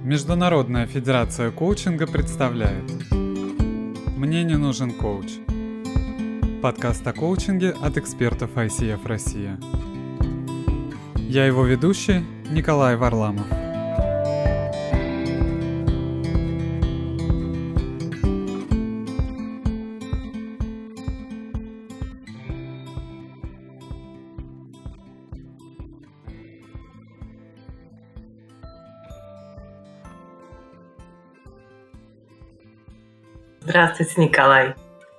Международная федерация коучинга представляет «Мне не нужен коуч». Подкаст о коучинге от экспертов ICF Россия. Я его ведущий Николай Варламов. Здравствуйте, Николай.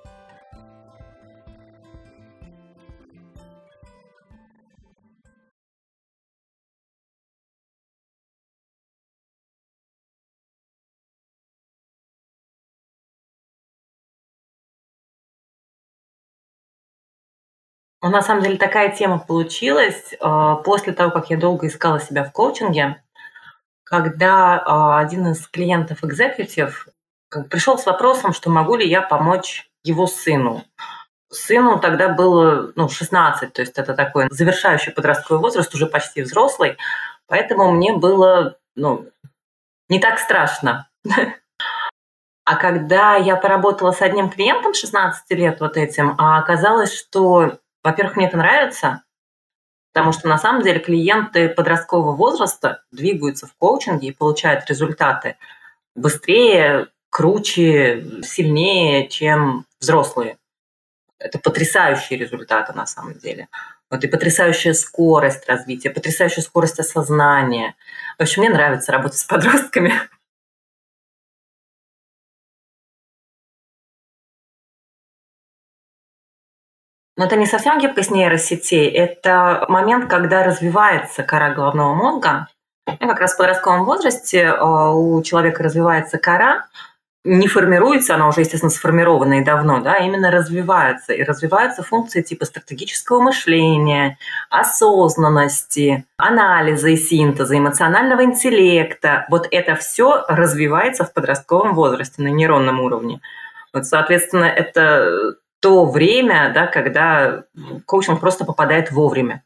На самом деле такая тема получилась после того, как я долго искала себя в коучинге, когда один из клиентов экзекьютив пришел с вопросом, что могу ли я помочь его сыну. Сыну тогда было 16, то есть это такой завершающий подростковый возраст, уже почти взрослый, поэтому мне было не так страшно. А когда я поработала с одним клиентом 16 лет вот этим, оказалось, что, во-первых, мне это нравится, потому что на самом деле клиенты подросткового возраста двигаются в коучинге и получают результаты быстрее, круче, сильнее, чем взрослые. Это потрясающие результаты на самом деле. Вот и потрясающая скорость развития, потрясающая скорость осознания. В общем, мне нравится работать с подростками. Но это не совсем гибкость нейросетей, это момент, когда развивается кора головного мозга. И как раз в подростковом возрасте у человека развивается кора, не формируется, она уже, естественно, сформирована и давно, да, именно развивается. И развиваются функции типа стратегического мышления, осознанности, анализа и синтеза, эмоционального интеллекта. Вот это все развивается в подростковом возрасте на нейронном уровне. Вот, соответственно, это то время, да, когда коучинг просто попадает вовремя.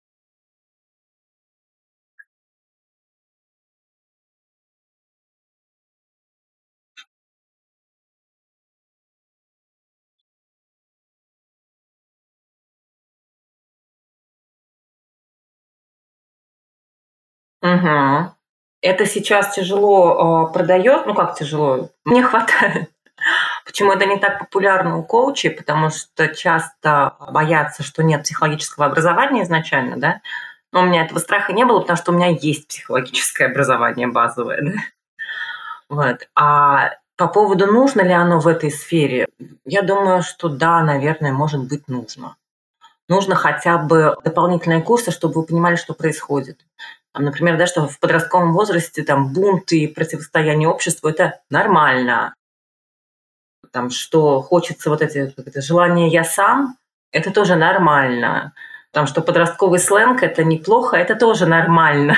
Угу. Это сейчас тяжело продает, как тяжело? Мне хватает. Почему это не так популярно у коучей? Потому что часто боятся, что нет психологического образования изначально, да? Но у меня этого страха не было, потому что у меня есть психологическое образование базовое, да? Вот. А по поводу, нужно ли оно в этой сфере, я думаю, что да, наверное, может быть, нужно. Нужно хотя бы дополнительные курсы, чтобы вы понимали, что происходит. Например, да, что в подростковом возрасте бунты и противостояние обществу – это нормально. Что хочется это желание «я сам» – это тоже нормально. Что подростковый сленг – это неплохо, это тоже нормально.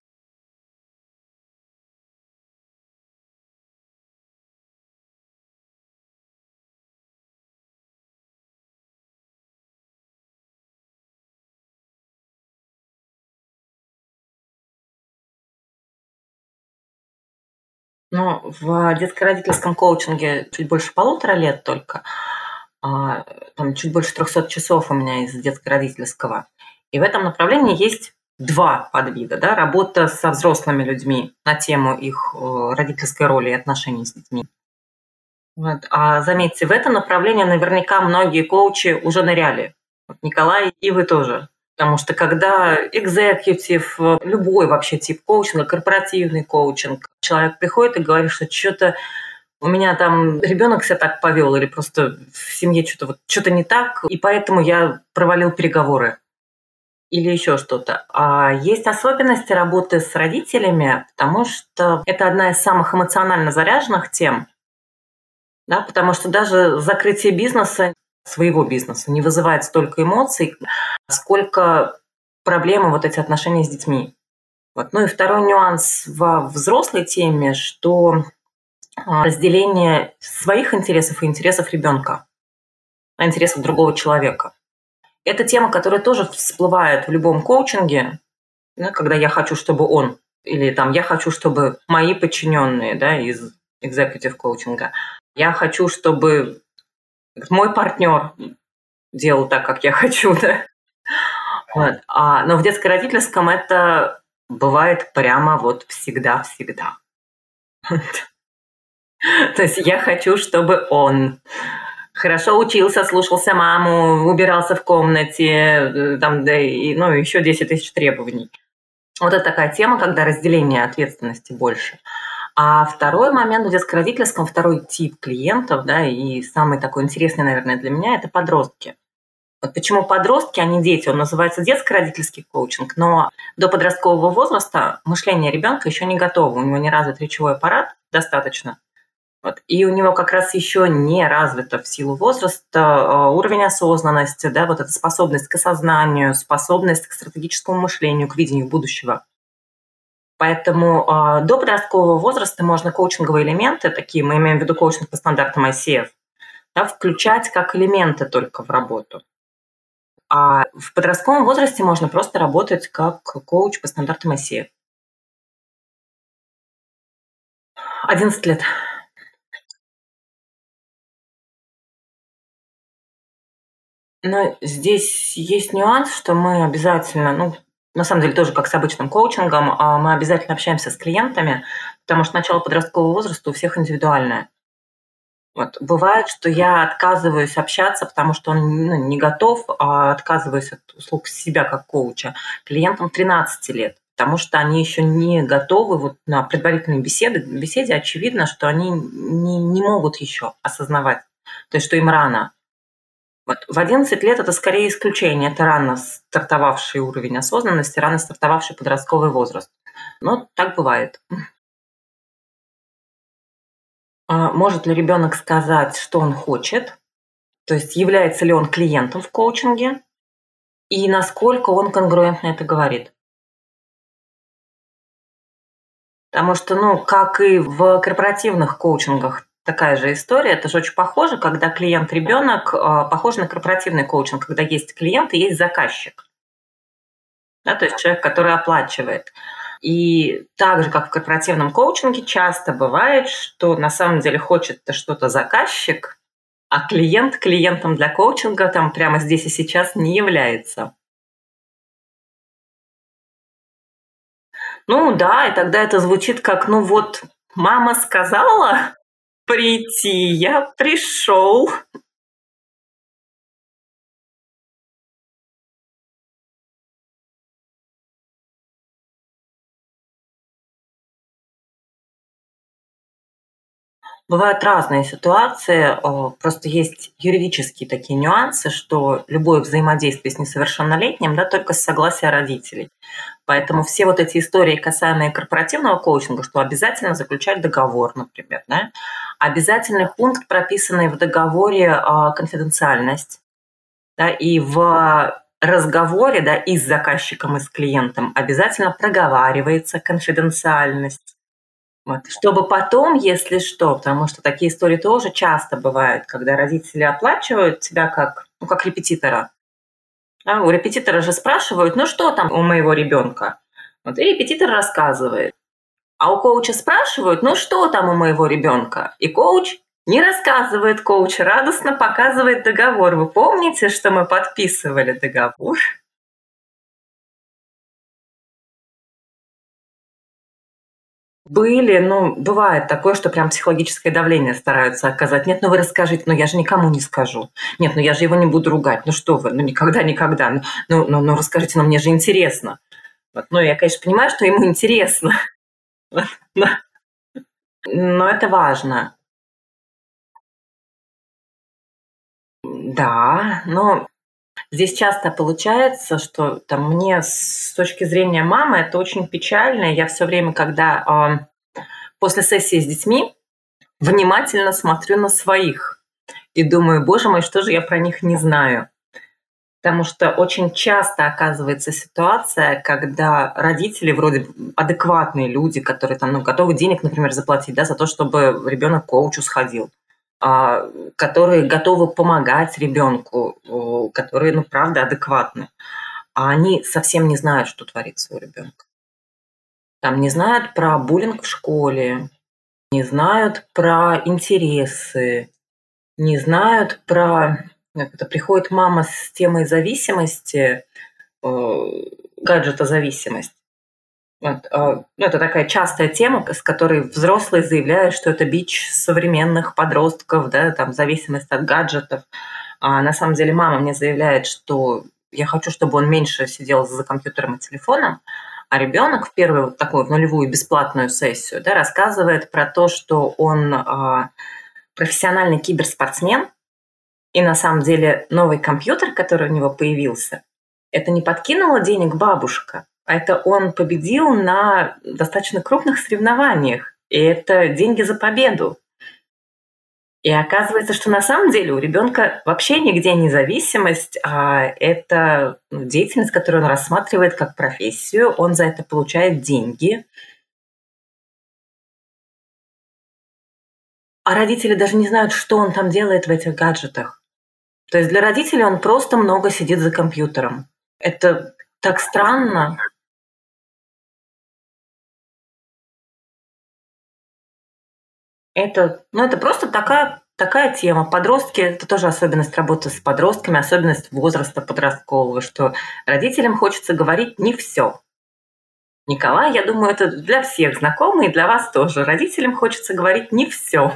В детско-родительском коучинге чуть больше 1,5 лет только. Чуть больше 300 часов у меня из детско-родительского. И в этом направлении есть 2 подвида. Да? Работа со взрослыми людьми на тему их родительской роли и отношений с детьми. Вот. А заметьте, в это направление наверняка многие коучи уже ныряли. Николай, и вы тоже. Потому что когда экзекьютив, любой вообще тип коучинга, корпоративный коучинг, человек приходит и говорит, что что-то у меня ребенок себя так повел, или просто в семье что-то не так, и поэтому я провалил переговоры. Или еще что-то. А есть особенности работы с родителями, потому что это одна из самых эмоционально заряженных тем, да, потому что даже закрытие бизнеса, своего бизнеса, не вызывает столько эмоций, сколько проблемы эти отношения с детьми. И второй нюанс во взрослой теме, что разделение своих интересов и интересов ребенка, интересов другого человека. Это тема, которая тоже всплывает в любом коучинге, да, когда я хочу, чтобы он Или там я хочу, чтобы мои подчиненные, да, из executive коучинга, я хочу, чтобы мой партнер делал так, как я хочу, да. Вот. Но в детско-родительском это бывает прямо вот всегда-всегда. То есть я хочу, чтобы он хорошо учился, слушался маму, убирался в комнате, там, да, и, ну, еще 10 тысяч требований. Вот это такая тема, когда разделение ответственности больше. А второй момент в детско-родительском, второй тип клиентов, да, и самый такой интересный, наверное, для меня – это подростки. Вот почему подростки, а не дети? Он называется детско-родительский коучинг, но до подросткового возраста мышление ребенка еще не готово, у него не развит речевой аппарат достаточно. Вот. И у него как раз еще не развито в силу возраста уровень осознанности, да, вот эта способность к осознанию, способность к стратегическому мышлению, к видению будущего. Поэтому до подросткового возраста можно коучинговые элементы, такие мы имеем в виду коучинг по стандартам ICF, да, включать как элементы только в работу. А в подростковом возрасте можно просто работать как коуч по стандартам ICF. 11 лет. Но здесь есть нюанс, что мы обязательно, ну, на самом деле тоже как с обычным коучингом, мы обязательно общаемся с клиентами, потому что начало подросткового возраста у всех индивидуальное. Вот. Бывает, что я отказываюсь общаться, потому что он не готов, отказываюсь от услуг себя как коуча клиентам 13 лет, потому что они еще не готовы вот на предварительной беседе очевидно, что они не могут еще осознавать, то есть что им рано. Вот. В 11 лет это скорее исключение, это рано стартовавший уровень осознанности, рано стартовавший подростковый возраст. Но так бывает. Может ли ребенок сказать, что он хочет? То есть является ли он клиентом в коучинге и насколько он конгруентно это говорит. Потому что, ну, как и в корпоративных коучингах, такая же история. Это же очень похоже, когда клиент-ребенок похож на корпоративный коучинг, когда есть клиент и есть заказчик. Да, то есть человек, который оплачивает. И так же, как в корпоративном коучинге, часто бывает, что на самом деле хочет-то что-то заказчик, а клиент клиентом для коучинга там прямо здесь и сейчас не является. Ну да, и тогда это звучит как, ну вот, мама сказала прийти, я пришел. Бывают разные ситуации, просто есть юридические такие нюансы, что любое взаимодействие с несовершеннолетним, да, только с согласия родителей. Поэтому все вот эти истории, касаемые корпоративного коучинга, что обязательно заключать договор, например, да, обязательный пункт, прописанный в договоре, конфиденциальность, да, и в разговоре, да, и с заказчиком, и с клиентом обязательно проговаривается конфиденциальность. Вот. Чтобы потом, если что, потому что такие истории тоже часто бывают, когда родители оплачивают тебя как, ну, как репетитора. Да, у репетитора же спрашивают, ну что там у моего ребенка? Вот, и репетитор рассказывает. А у коуча спрашивают, ну что там у моего ребенка? И коуч не рассказывает, коуч радостно показывает договор. Вы помните, что мы подписывали договор? Были, ну, бывает такое, что прям психологическое давление стараются оказать. Нет, ну вы расскажите, ну я же никому не скажу. Нет, ну я же его не буду ругать. Ну что вы, ну никогда. Ну расскажите, ну мне же интересно. Вот. Ну я, конечно, понимаю, что ему интересно, но это важно. Да, но здесь часто получается, что там мне с точки зрения мамы это очень печально. Я все время, когда после сессии с детьми внимательно смотрю на своих и думаю, боже мой, что же я про них не знаю. Потому что очень часто оказывается ситуация, когда родители вроде адекватные люди, которые там, ну, готовы денег, например, заплатить, да, за то, чтобы ребенок к коучу сходил, которые готовы помогать ребенку, которые, ну, правда, адекватны. А они совсем не знают, что творится у ребенка. Там не знают про буллинг в школе, не знают про интересы, не знают про... Как это, приходит мама с темой зависимости, гаджетозависимость. Вот, ну, это такая частая тема, с которой взрослые заявляют, что это бич современных подростков, да, там, зависимость от гаджетов. А на самом деле мама мне заявляет, что я хочу, чтобы он меньше сидел за компьютером и телефоном, а ребенок в первую вот такую в нулевую бесплатную сессию, да, рассказывает про то, что он профессиональный киберспортсмен, и на самом деле новый компьютер, который у него появился, это не подкинула денег бабушка, а это он победил на достаточно крупных соревнованиях. И это деньги за победу. И оказывается, что на самом деле у ребенка вообще нигде не зависимость, а это деятельность, которую он рассматривает как профессию, он за это получает деньги. А родители даже не знают, что он там делает в этих гаджетах. То есть для родителей он просто много сидит за компьютером. Это так странно. Это просто такая тема. Подростки – это тоже особенность работы с подростками, особенность возраста подросткового, что родителям хочется говорить не все. Николай, я думаю, это для всех знакомо, и для вас тоже. Родителям хочется говорить не все.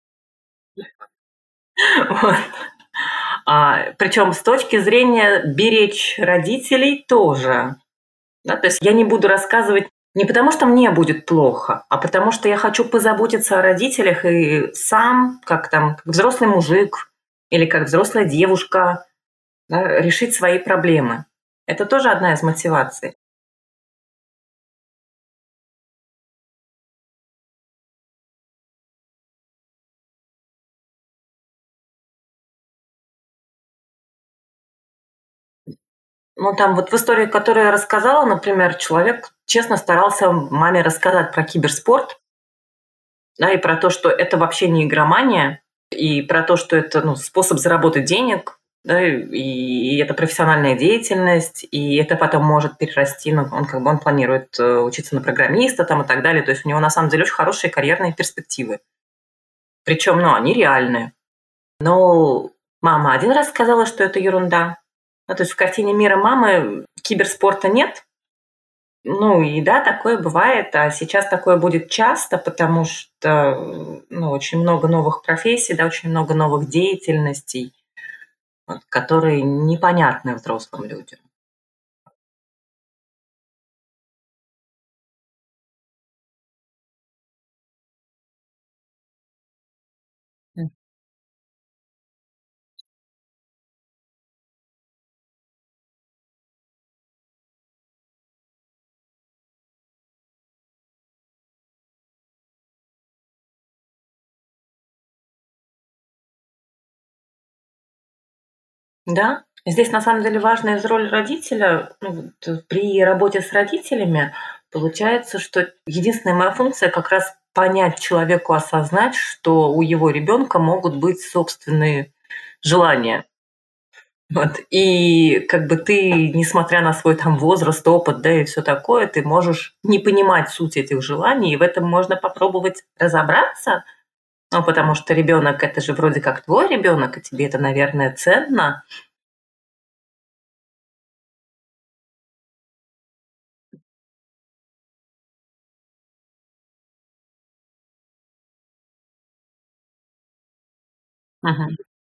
Вот. Причем с точки зрения беречь родителей тоже. Да, то есть я не буду рассказывать не потому, что мне будет плохо, а потому что я хочу позаботиться о родителях и сам, как взрослый мужик или как взрослая девушка, да, решить свои проблемы. Это тоже одна из мотиваций. Ну, там вот в истории, которую я рассказала, например, человек честно старался маме рассказать про киберспорт, да, и про то, что это вообще не игромания, и про то, что это способ заработать денег, да, и это профессиональная деятельность, и это потом может перерасти, он планирует учиться на программиста там, и так далее. То есть у него на самом деле очень хорошие карьерные перспективы. Причем, они реальные. Но мама один раз сказала, что это ерунда. Ну, то есть в картине мира мамы киберспорта нет. Ну и да, такое бывает, а сейчас такое будет часто, потому что очень много новых профессий, да, очень много новых деятельностей, вот, которые непонятны взрослым людям. Да, здесь на самом деле важная роль родителя. При работе с родителями получается, что единственная моя функция как раз понять человеку, осознать, что у его ребенка могут быть собственные желания. Вот. И как бы ты, несмотря на свой там возраст, опыт, да, и все такое, ты можешь не понимать суть этих желаний, и в этом можно попробовать разобраться, потому что ребенок это же вроде как твой ребенок, и тебе это, наверное, ценно. Мгм.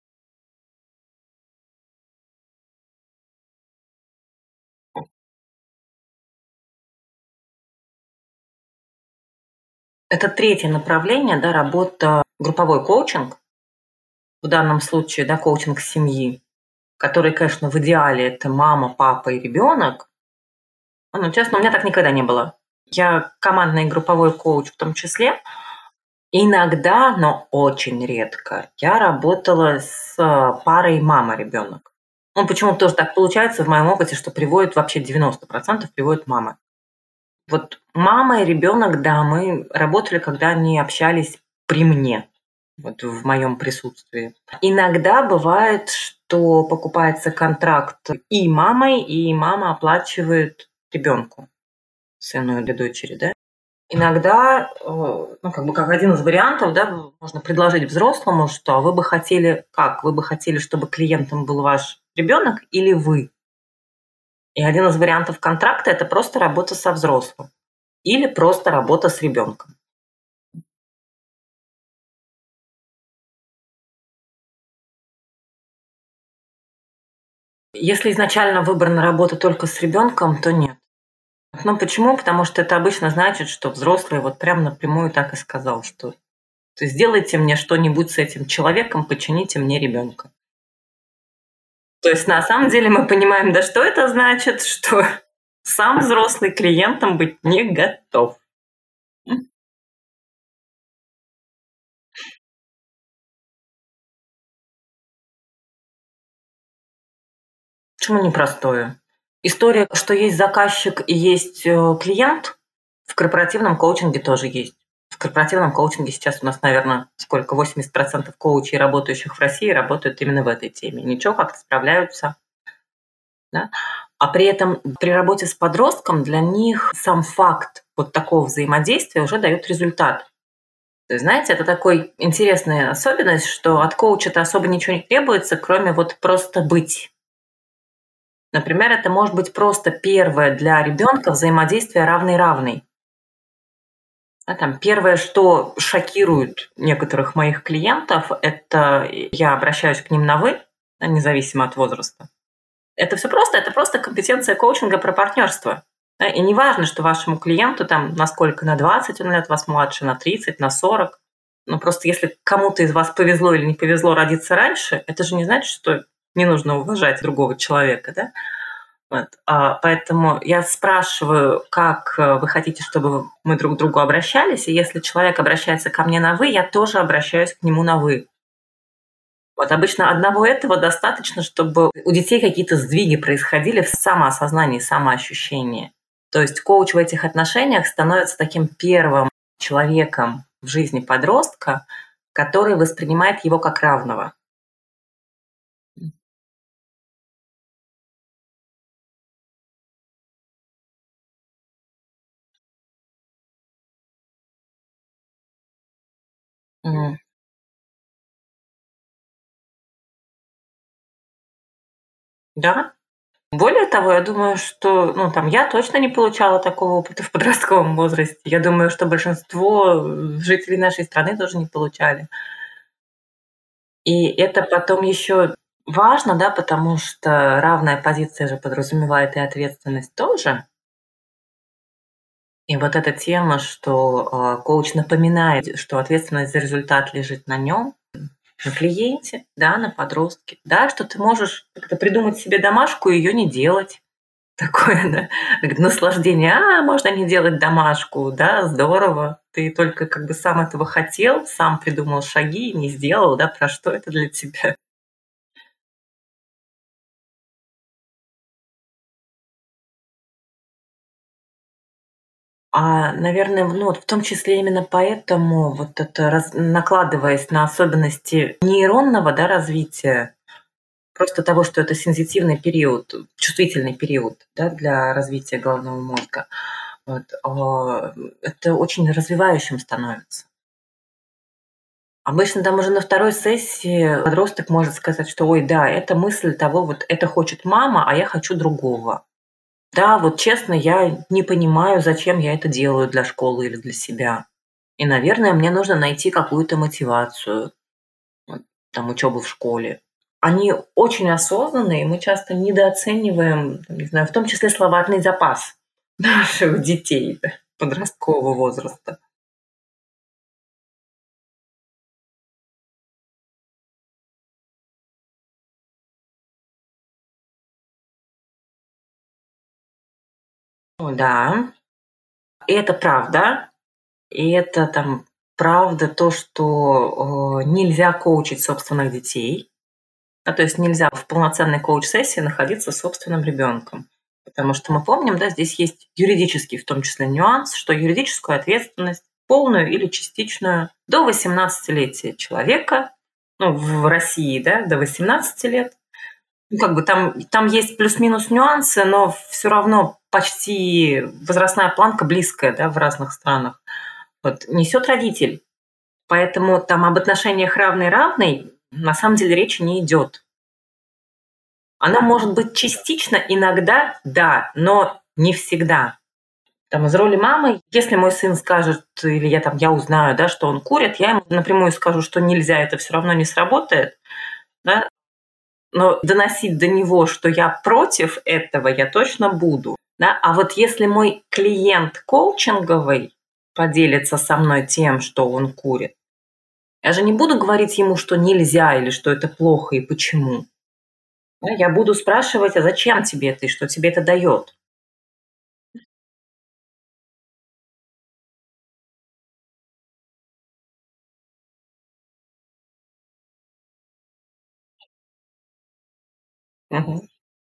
Это третье направление, да, работа групповой коучинг, в данном случае, да, коучинг семьи, который, конечно, в идеале это мама, папа и ребенок. Честно, у меня так никогда не было. Я командный и групповой коуч в том числе. Иногда, но очень редко, я работала с парой мама-ребенок. Почему-то тоже так получается в моем опыте, что приводит вообще 90% приводит мама. Вот мама и ребенок, да, мы работали, когда они общались при мне, вот в моем присутствии. Иногда бывает, что покупается контракт и мамой, и мама оплачивает ребенку. сыну или дочери, да. Иногда, как один из вариантов, да, можно предложить взрослому, что вы бы хотели как? Вы бы хотели, чтобы клиентом был ваш ребенок или вы? И один из вариантов контракта – это просто работа со взрослым или просто работа с ребенком. Если изначально выбрана работа только с ребенком, то нет. Ну почему? Потому что это обычно значит, что взрослый вот прям напрямую так и сказал, что то есть сделайте мне что-нибудь с этим человеком, почините мне ребенка. То есть на самом деле мы понимаем, да что это значит, что сам взрослый клиентом быть не готов. Почему непростое? История, что есть заказчик и есть клиент, в корпоративном коучинге тоже есть. В корпоративном коучинге сейчас у нас, наверное, сколько, 80% коучей, работающих в России, работают именно в этой теме. Ничего, как-то справляются. Да? А при этом при работе с подростком для них сам факт вот такого взаимодействия уже дает результат. То есть, знаете, это такой интересная особенность, что от коуча-то особо ничего не требуется, кроме вот просто быть. Например, это может быть просто первое для ребенка взаимодействие равный-равный. Да, там первое, что шокирует некоторых моих клиентов, это я обращаюсь к ним на «вы», да, независимо от возраста. Это просто компетенция коучинга про партнерство. Да, и не важно, что вашему клиенту там насколько, на 20 он лет вас младше, на 30, на 40. Но просто если кому-то из вас повезло или не повезло родиться раньше, это же не значит, что не нужно уважать другого человека, да? Вот. Поэтому я спрашиваю, как вы хотите, чтобы мы друг к другу обращались, и если человек обращается ко мне на «вы», я тоже обращаюсь к нему на «вы». Вот обычно одного этого достаточно, чтобы у детей какие-то сдвиги происходили в самоосознании, самоощущении. То есть коуч в этих отношениях становится таким первым человеком в жизни подростка, который воспринимает его как равного. Мгм. Да. Более того, я думаю, что, я точно не получала такого опыта в подростковом возрасте. Я думаю, что большинство жителей нашей страны тоже не получали. И это потом еще важно, да, потому что равная позиция же подразумевает и ответственность тоже. И вот эта тема, что коуч напоминает, что ответственность за результат лежит на нем, на клиенте, да, на подростке, да, что ты можешь как-то придумать себе домашку и ее не делать. Такое, да, как наслаждение. Можно не делать домашку, да, здорово. Ты только как бы сам этого хотел, сам придумал шаги, не сделал, да, про что это для тебя? Наверное, вот в том числе именно поэтому вот это накладываясь на особенности нейронного, да, развития, просто того, что это сензитивный период, чувствительный период, да, для развития головного мозга, вот, это очень развивающим становится. Обычно там уже на второй сессии подросток может сказать, что: «Ой, да, это мысль того, вот это хочет мама, а я хочу другого». Да, вот честно, я не понимаю, зачем я это делаю для школы или для себя. И, наверное, мне нужно найти какую-то мотивацию, вот, там, учёбу в школе. Они очень осознанные, и мы часто недооцениваем, там, не знаю, в том числе словарный запас наших детей, да, подросткового возраста. О да, и это правда. И это там правда то, что, нельзя коучить собственных детей. То есть нельзя в полноценной коуч-сессии находиться с собственным ребенком. Потому что мы помним, да, здесь есть юридический в том числе нюанс, что юридическую ответственность, полную или частичную, до 18-летия человека, в России, да, до 18 лет. Как бы там есть плюс-минус нюансы, но все равно почти возрастная планка близкая, да, в разных странах. Вот, несет родитель. Поэтому там об отношениях равный-равный на самом деле речи не идет. Она может быть частично, иногда, да, но не всегда. Там из роли мамы, если мой сын скажет, или я узнаю, да, что он курит, я ему напрямую скажу, что нельзя, это все равно не сработает, да, но доносить до него, что я против этого, я точно буду. Да? А вот если мой клиент коучинговый поделится со мной тем, что он курит, я же не буду говорить ему, что нельзя или что это плохо и почему. Да? Я буду спрашивать, а зачем тебе это и что тебе это дает. Мгм.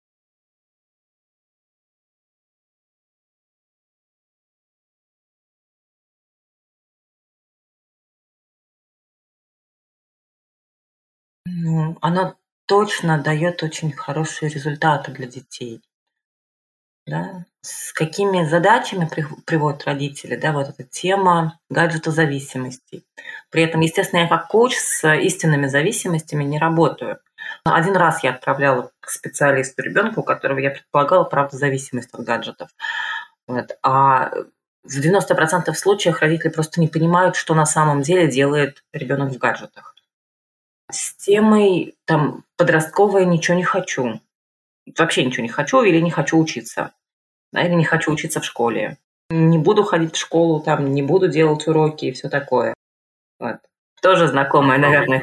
Ну, оно точно дает очень хорошие результаты для детей. Да? С какими задачами приводят родители, да, вот эта тема гаджетозависимости. При этом, естественно, я как коуч с истинными зависимостями не работаю. Один раз я отправляла к специалисту ребенка, у которого я предполагала, правда, зависимость от гаджетов. Вот. А в 90% случаев родители просто не понимают, что на самом деле делает ребенок в гаджетах. С темой там подростковая ничего не хочу. Вообще ничего не хочу или не хочу учиться. Да, или не хочу учиться в школе. Не буду ходить в школу, там, не буду делать уроки и все такое. Вот. Тоже знакомая, наверное.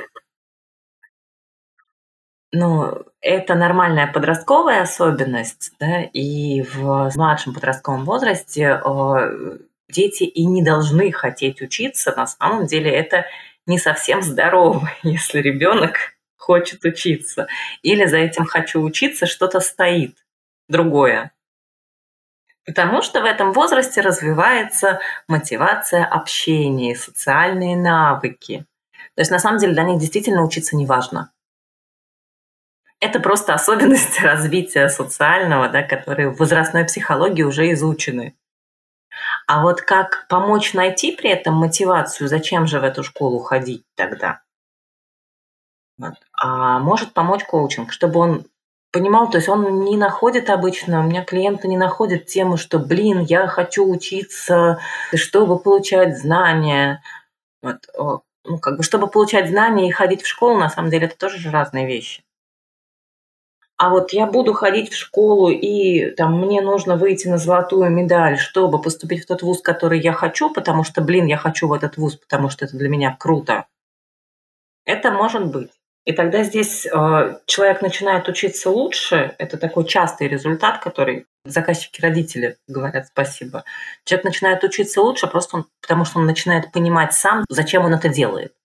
Ну, это нормальная подростковая особенность, да, и в младшем подростковом возрасте дети и не должны хотеть учиться. На самом деле это не совсем здорово, если ребенок хочет учиться. Или за этим «хочу учиться» что-то стоит другое. Потому что в этом возрасте развивается мотивация общения, социальные навыки. То есть на самом деле для них действительно учиться не важно. Это просто особенности развития социального, да, которые в возрастной психологии уже изучены. А вот как помочь найти при этом мотивацию, зачем же в эту школу ходить тогда? Вот. А может помочь коучинг, чтобы он понимал, то есть он не находит обычно, у меня клиенты не находят тему, что, блин, я хочу учиться, чтобы получать знания. Вот, ну, как бы, чтобы получать знания и ходить в школу, на самом деле, это тоже же разные вещи. А вот я буду ходить в школу, и там мне нужно выйти на золотую медаль, чтобы поступить в тот вуз, который я хочу, потому что, блин, я хочу в этот вуз, потому что это для меня круто. Это может быть. И тогда здесь человек начинает учиться лучше. Это такой частый результат, который заказчики-родители говорят спасибо. Человек начинает учиться лучше просто потому, что он начинает понимать сам, зачем он это делает.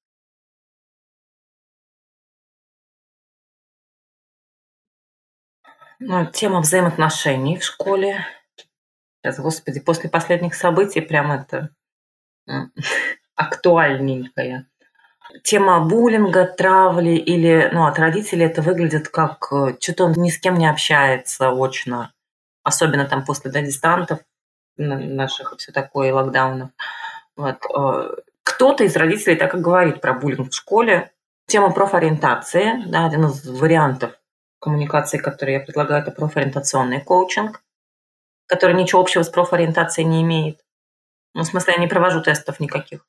Ну, тема взаимоотношений в школе. Сейчас, господи, после последних событий прям это м, актуальненькая. Тема буллинга, травли или, ну, от родителей это выглядит как что-то он ни с кем не общается очно, особенно там после, да, дистантов наших и все такое, и локдаунов. Вот. Кто-то из родителей так и говорит про буллинг в школе. Тема профориентации, да, один из вариантов коммуникации, который я предлагаю, это профориентационный коучинг, который ничего общего с профориентацией не имеет. Ну, в смысле, я не провожу тестов никаких.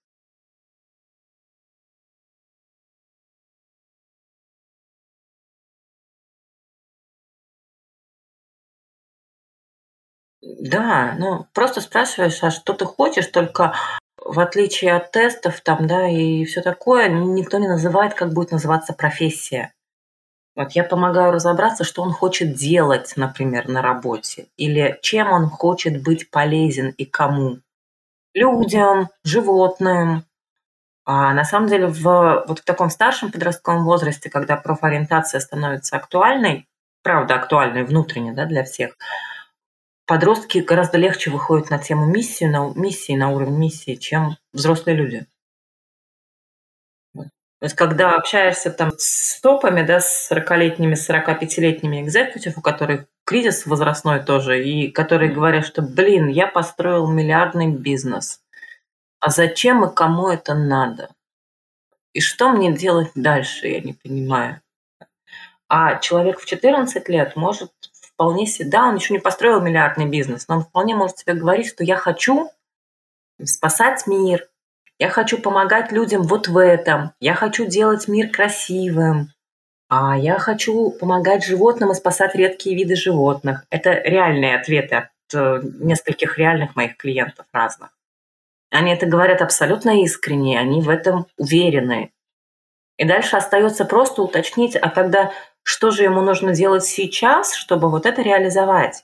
Да, ну, просто спрашиваешь, а что ты хочешь, только в отличие от тестов там, да, и все такое, никто не называет, как будет называться профессия. Вот я помогаю разобраться, что он хочет делать, например, на работе, или чем он хочет быть полезен и кому. Людям, животным. А на самом деле вот в таком старшем подростковом возрасте, когда профориентация становится актуальной, правда актуальной внутренне, да, для всех, подростки гораздо легче выходят на тему миссии, на уровень миссии, чем взрослые люди. Вот. То есть когда общаешься там с топами, да, с 40-летними, 45-летними экзекутив, у которых кризис возрастной тоже, и которые говорят, что, блин, я построил миллиардный бизнес. А зачем и кому это надо? И что мне делать дальше, я не понимаю. А человек в 14 лет может вполне себе, да, он еще не построил миллиардный бизнес, но он вполне может себе говорить, что я хочу спасать мир, я хочу помогать людям вот в этом, я хочу делать мир красивым, а я хочу помогать животным и спасать редкие виды животных. Это реальные ответы от нескольких реальных моих клиентов разных. Они это говорят абсолютно искренне, они в этом уверены. И дальше остается просто уточнить, а тогда что же ему нужно делать сейчас, чтобы вот это реализовать?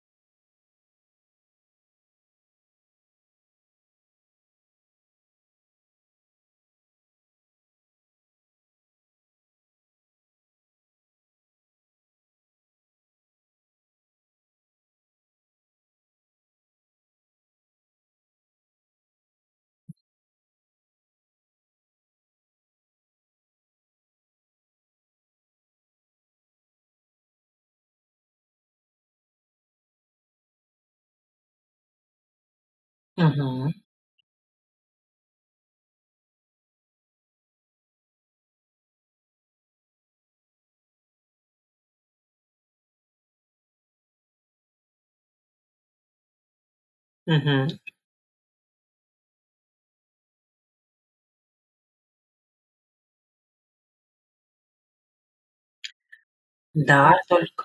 Мгм. Мгм. Да, только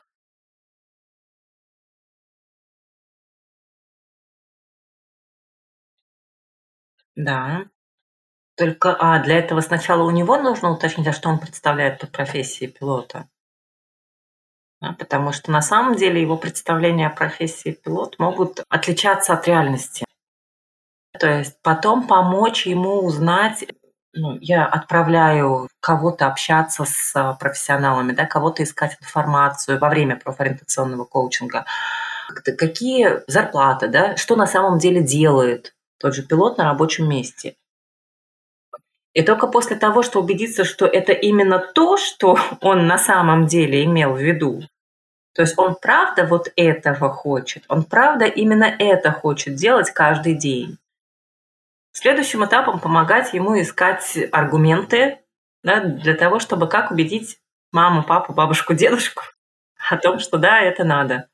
да. Только, для этого сначала у него нужно уточнить, а что он представляет под профессией пилота. Да, потому что на самом деле его представления о профессии пилот могут отличаться от реальности. То есть потом помочь ему узнать, ну, я отправляю кого-то общаться с профессионалами, да, кого-то искать информацию во время профориентационного коучинга. Какие зарплаты, да, что на самом деле делает тот же пилот на рабочем месте. И только после того, что убедиться, что это именно то, что он на самом деле имел в виду, то есть он правда вот этого хочет, он правда именно это хочет делать каждый день. Следующим этапом помогать ему искать аргументы, да, для того, чтобы как убедить маму, папу, бабушку, дедушку о том, что да, это надо.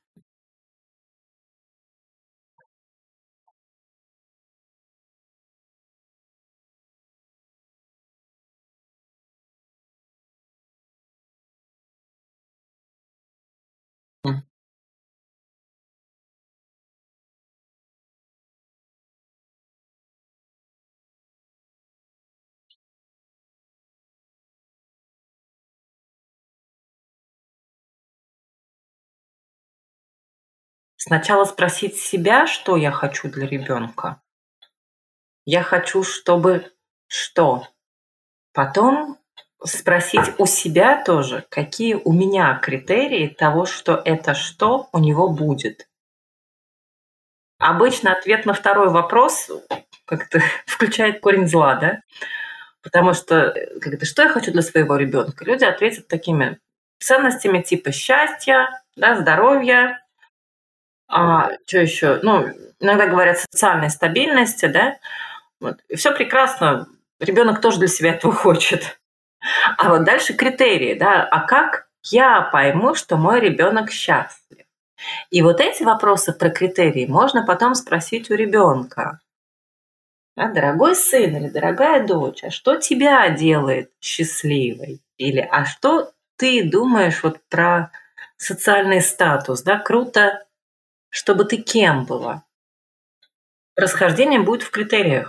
Сначала спросить себя, что я хочу для ребенка. Я хочу, чтобы что? Потом спросить у себя тоже, какие у меня критерии того, что это что у него будет. Обычно ответ на второй вопрос как-то включает корень зла, да? Потому что, как-то, что я хочу для своего ребенка? Люди ответят такими ценностями типа счастья, да, здоровья, что еще? Ну, иногда говорят социальной стабильности, да? Вот. И все прекрасно. Ребенок тоже для себя этого хочет. А вот дальше критерии, да, а как я пойму, что мой ребенок счастлив? И вот эти вопросы про критерии можно потом спросить у ребенка. Да, дорогой сын или дорогая дочь, а что тебя делает счастливой? Или а что ты думаешь вот про социальный статус? Да, круто, чтобы ты кем была. Расхождение будет в критериях.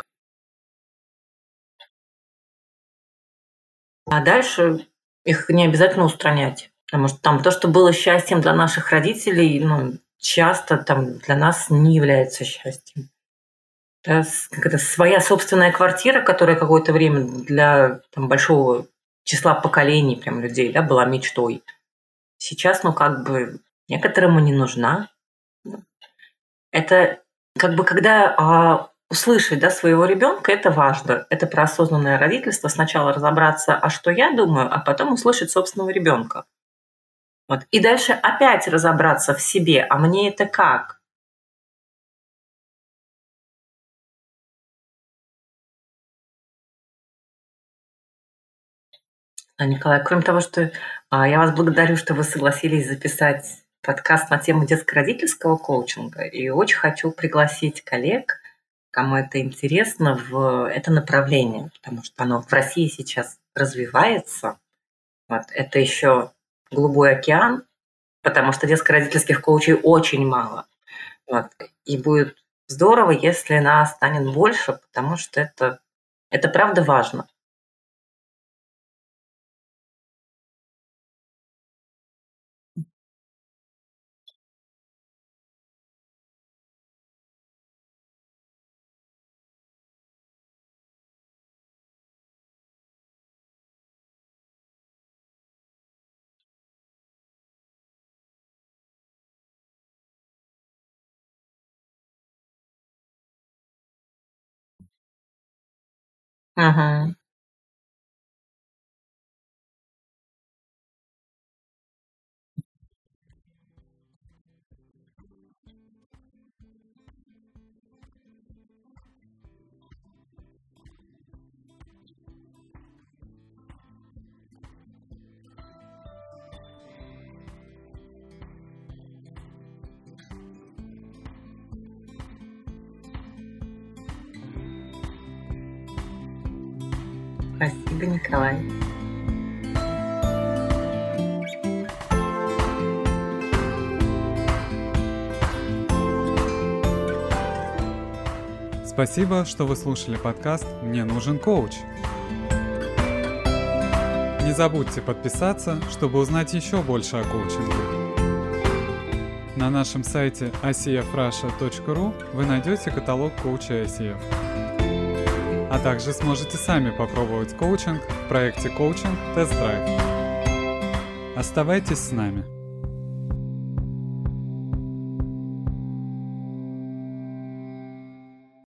А дальше их не обязательно устранять. Потому что там то, что было счастьем для наших родителей, ну, часто там для нас не является счастьем. Да, как это, своя собственная квартира, которая какое-то время для там, большого числа поколений прям людей, да, была мечтой. Сейчас, ну, как бы некоторым и не нужна. Это как бы когда услышать, да, своего ребенка, это важно. Это про осознанное родительство. Сначала разобраться, а что я думаю, а потом услышать собственного ребенка. Вот. И дальше опять разобраться в себе, а мне это как? Николай, кроме того, что я вас благодарю, что вы согласились записать подкаст на тему детско-родительского коучинга, и очень хочу пригласить коллег, кому это интересно, в это направление, потому что оно в России сейчас развивается. Вот. Это еще голубой океан, потому что детско-родительских коучей очень мало. Вот. И будет здорово, если нас станет больше, потому что это правда важно. Мгм. Спасибо, Николай. Спасибо, что вы слушали подкаст «Мне нужен коуч». Не забудьте подписаться, чтобы узнать еще больше о коучинге. На нашем сайте icfrussia.ru вы найдете каталог коуча ICF. А также сможете сами попробовать коучинг в проекте «Коучинг Тест Драйв». Оставайтесь с нами.